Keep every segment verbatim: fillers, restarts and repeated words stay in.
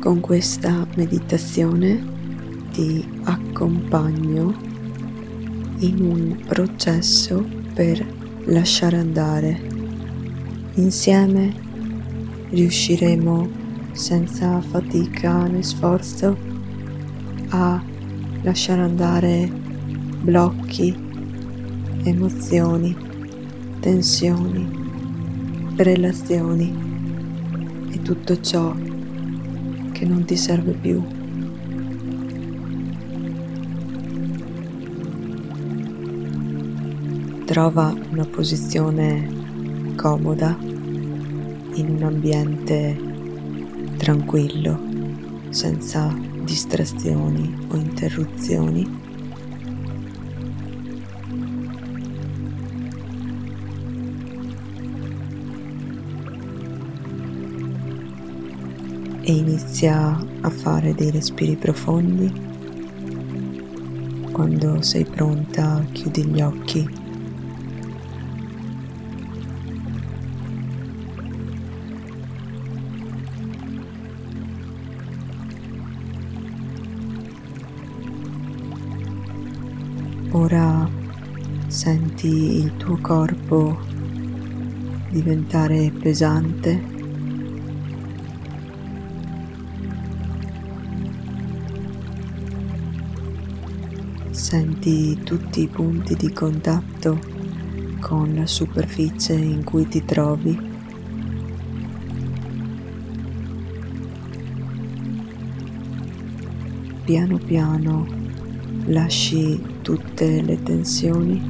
Con questa meditazione ti accompagno in un processo per lasciare andare. Insieme riusciremo senza fatica né sforzo a lasciare andare blocchi, emozioni, tensioni, relazioni e tutto ciò che non ti serve più. Trova una posizione comoda in un ambiente tranquillo, senza distrazioni o interruzioni. E inizia a fare dei respiri profondi. Quando sei pronta, chiudi gli occhi. Ora senti il tuo corpo diventare pesante. Senti tutti i punti di contatto con la superficie in cui ti trovi. Piano piano lasci tutte le tensioni.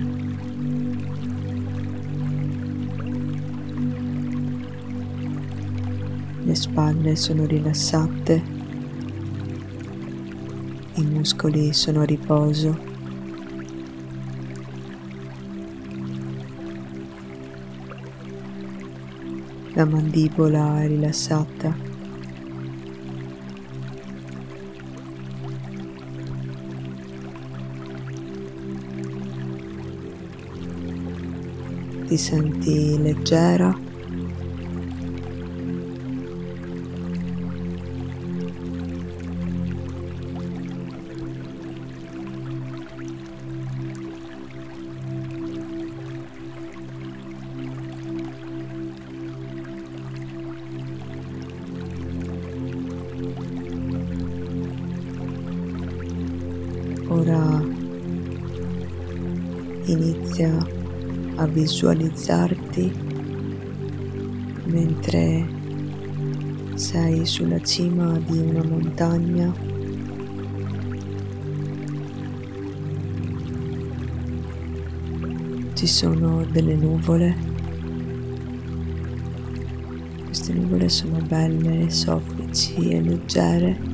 Le spalle sono rilassate. I muscoli sono a riposo. La mandibola è rilassata. Ti senti leggera. Ora inizia a visualizzarti mentre sei sulla cima di una montagna. Ci sono delle nuvole. Queste nuvole sono belle, soffici e leggere.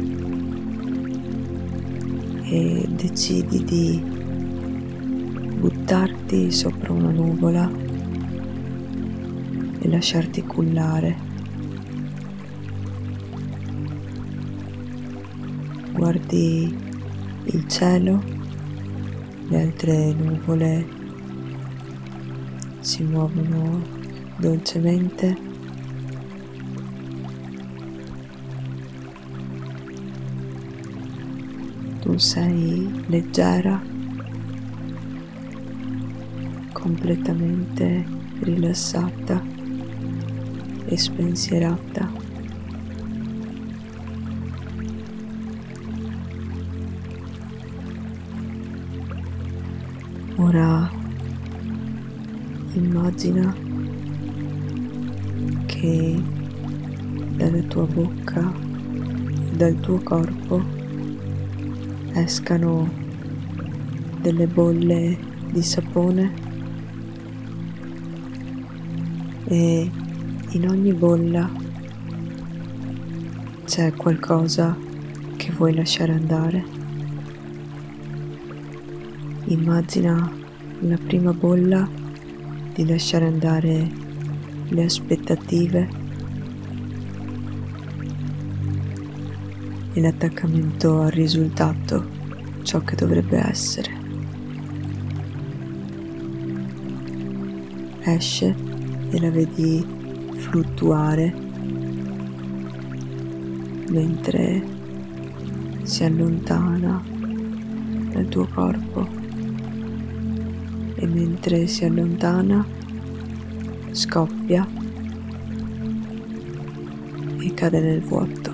E decidi di buttarti sopra una nuvola e lasciarti cullare. Guardi il cielo, le altre nuvole si muovono dolcemente. Tu sei leggera, completamente rilassata e spensierata. Ora immagina che dalla tua bocca e dal tuo corpo escano delle bolle di sapone e in ogni bolla c'è qualcosa che vuoi lasciare andare. Immagina la prima bolla di lasciare andare le aspettative e l'attaccamento al risultato, ciò che dovrebbe essere. Esce e la vedi fluttuare mentre si allontana dal tuo corpo e mentre si allontana scoppia e cade nel vuoto.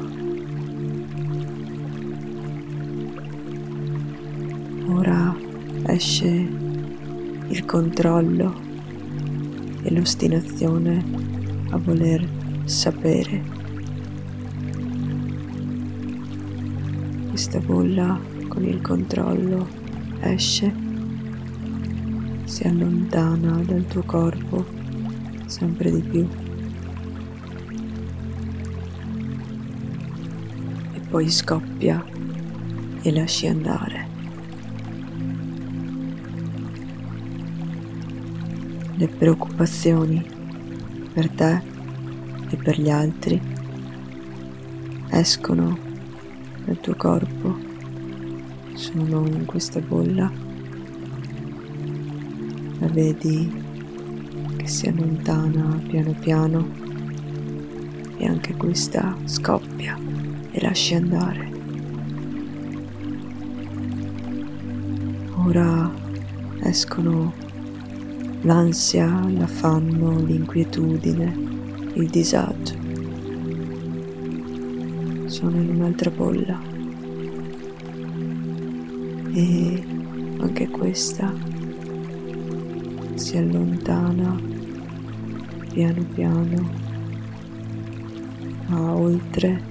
Ora esce il controllo e l'ostinazione a voler sapere. Questa bolla con il controllo esce, si allontana dal tuo corpo sempre di più e poi scoppia e lasci andare. Le preoccupazioni per te e per gli altri escono dal tuo corpo, sono in questa bolla, la vedi che si allontana piano piano e anche questa scoppia e lasci andare. Ora escono l'ansia, l'affanno, l'inquietudine, il disagio. Sono in un'altra bolla e anche questa si allontana piano piano, va oltre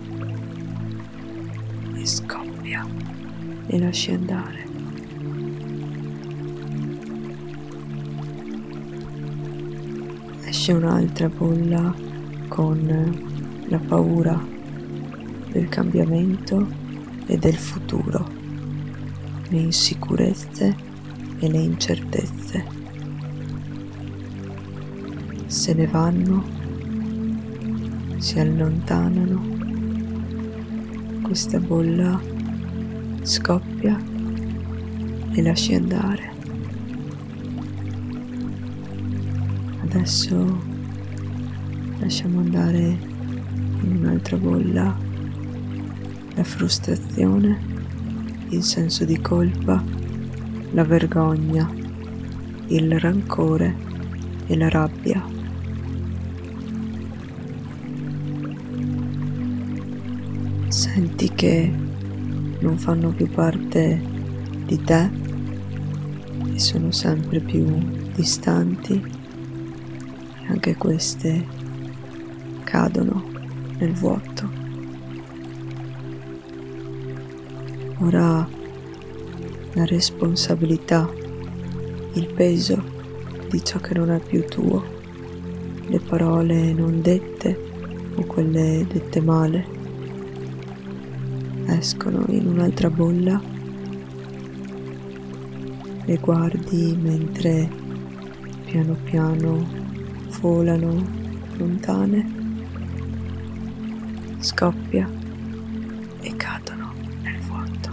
e scoppia e lasci andare. Esce un'altra bolla con la paura del cambiamento e del futuro, le insicurezze e le incertezze. Se ne vanno, si allontanano, questa bolla scoppia e lasci andare. Adesso lasciamo andare in un'altra bolla la frustrazione, il senso di colpa, la vergogna, il rancore e la rabbia. Senti che non fanno più parte di te e sono sempre più distanti. Anche queste cadono nel vuoto. Ora la responsabilità, il peso di ciò che non è più tuo, le parole non dette o quelle dette male, escono in un'altra bolla, le guardi mentre piano piano volano lontane, scoppia e cadono nel vuoto.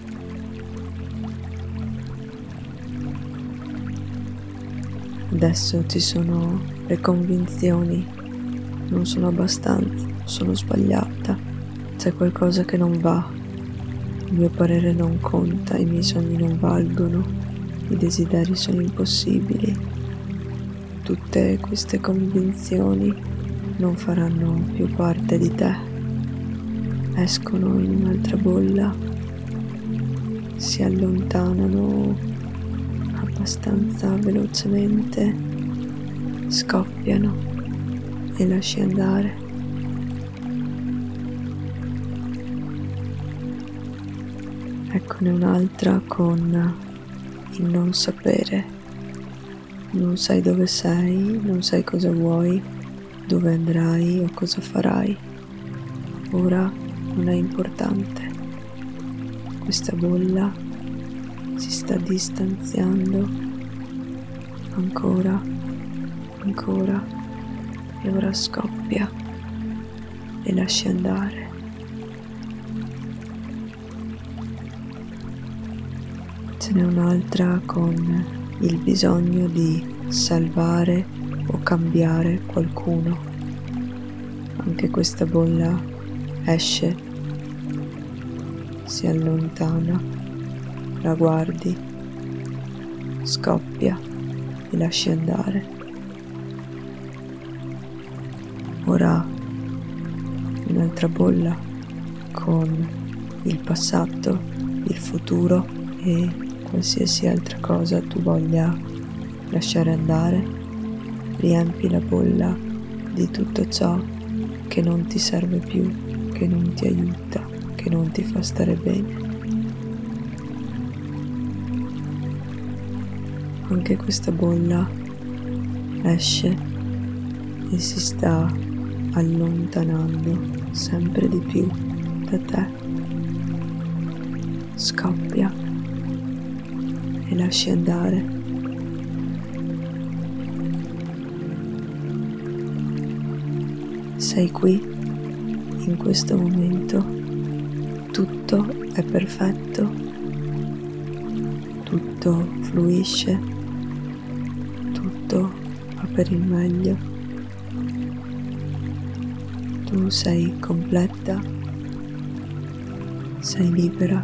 Adesso ci sono le convinzioni, non sono abbastanza, sono sbagliata, c'è qualcosa che non va, il mio parere non conta, i miei sogni non valgono, i desideri sono impossibili. Tutte queste convinzioni non faranno più parte di te, escono in un'altra bolla, si allontanano abbastanza velocemente, scoppiano e lasci andare. Eccone un'altra con il non sapere. Non sai dove sei, non sai cosa vuoi, dove andrai o cosa farai. Ora non è importante. Questa bolla si sta distanziando ancora, ancora e ora scoppia e lasci andare. Ce n'è un'altra con il bisogno di salvare o cambiare qualcuno. Anche questa bolla esce si allontana, la guardi, scoppia e lasci andare. Ora un'altra bolla con il passato, il futuro e qualsiasi altra cosa tu voglia lasciare andare. Riempi la bolla di tutto ciò che non ti serve più, che non ti aiuta, che non ti fa stare bene. Anche questa bolla esce e si sta allontanando sempre di più da te. Scoppia e lasci andare. Sei qui, in questo momento, tutto è perfetto, tutto fluisce, tutto va per il meglio. Tu sei completa, sei libera,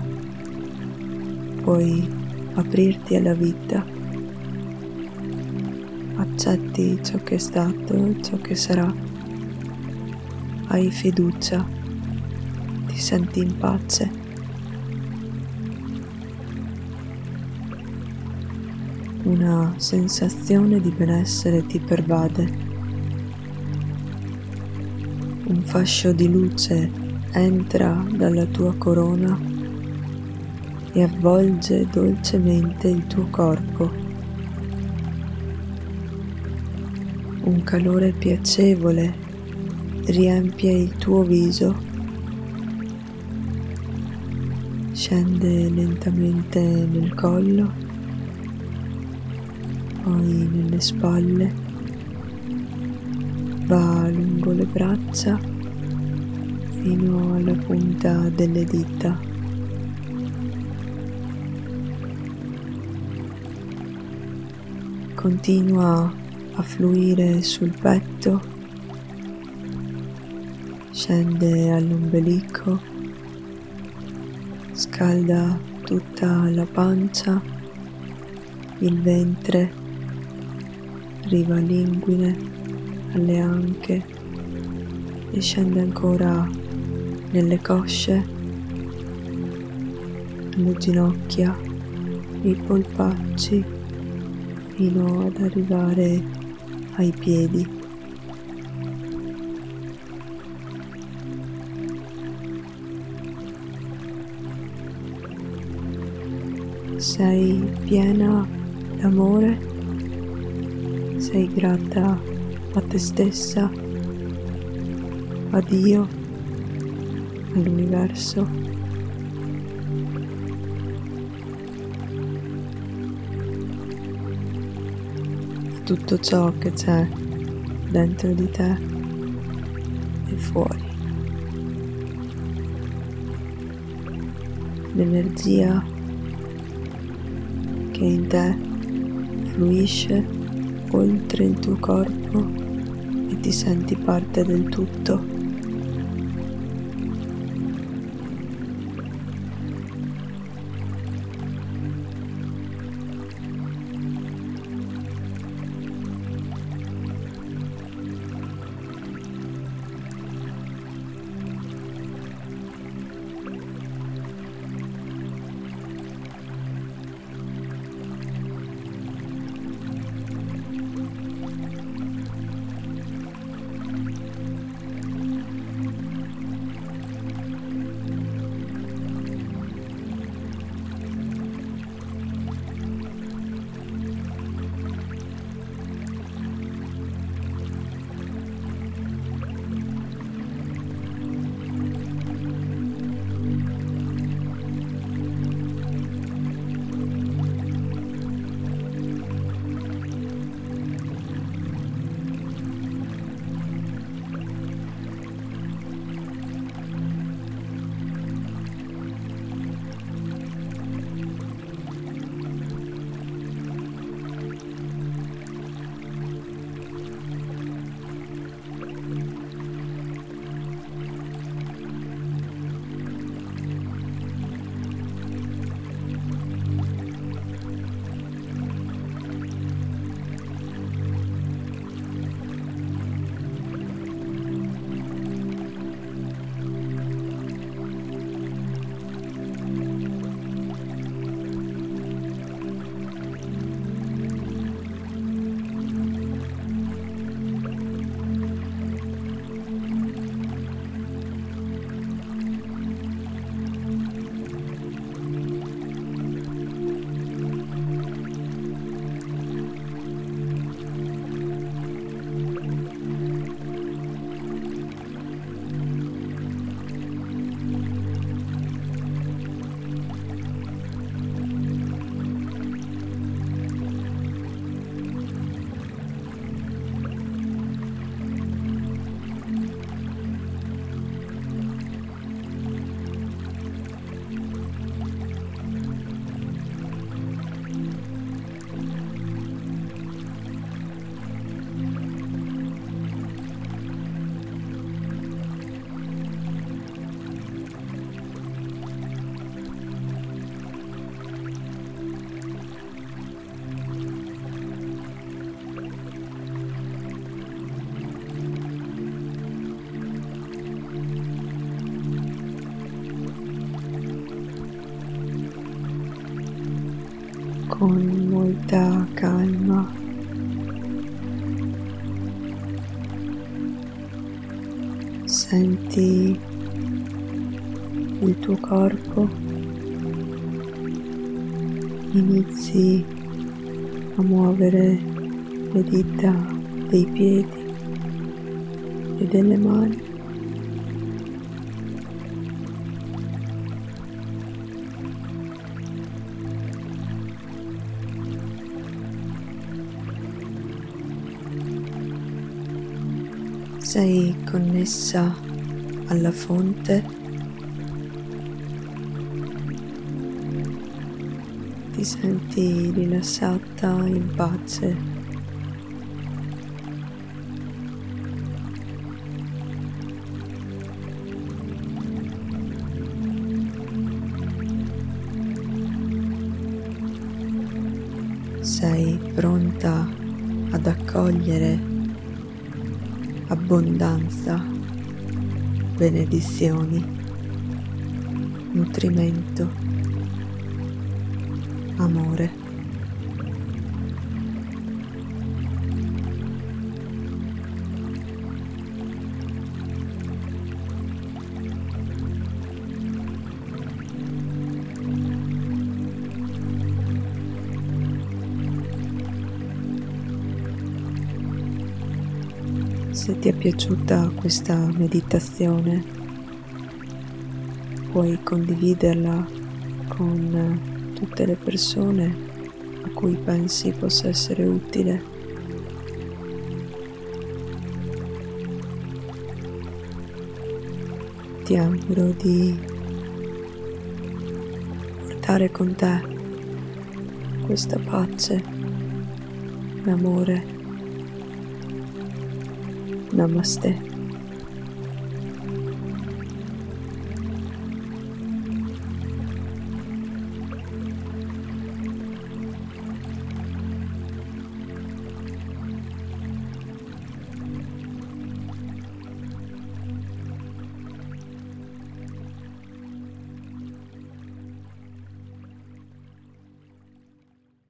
puoi aprirti alla vita, accetti ciò che è stato, ciò che sarà. Hai fiducia, ti senti in pace. Una sensazione di benessere ti pervade. Un fascio di luce entra dalla tua corona e avvolge dolcemente il tuo corpo. Un calore piacevole riempie il tuo viso, scende lentamente nel collo, poi nelle spalle, va lungo le braccia fino alla punta delle dita. Continua a fluire sul petto, scende all'ombelico, scalda tutta la pancia, il ventre, arriva all'inguine, alle anche e scende ancora nelle cosce, alle ginocchia, i polpacci, fino ad arrivare ai piedi. Sei piena d'amore, sei grata a te stessa, a Dio, all'universo. A tutto ciò che c'è dentro di te e fuori. L'energia che in te fluisce oltre il tuo corpo e ti senti parte del tutto. con molta calma. Senti il tuo corpo, inizi a muovere le dita dei piedi e delle mani. Sei connessa alla fonte, ti senti rilassata, in pace. Sei pronta ad accogliere abbondanza, benedizioni, nutrimento, amore. Se ti è piaciuta questa meditazione, puoi condividerla con tutte le persone a cui pensi possa essere utile. Ti auguro di portare con te questa pace, l'amore. Namaste.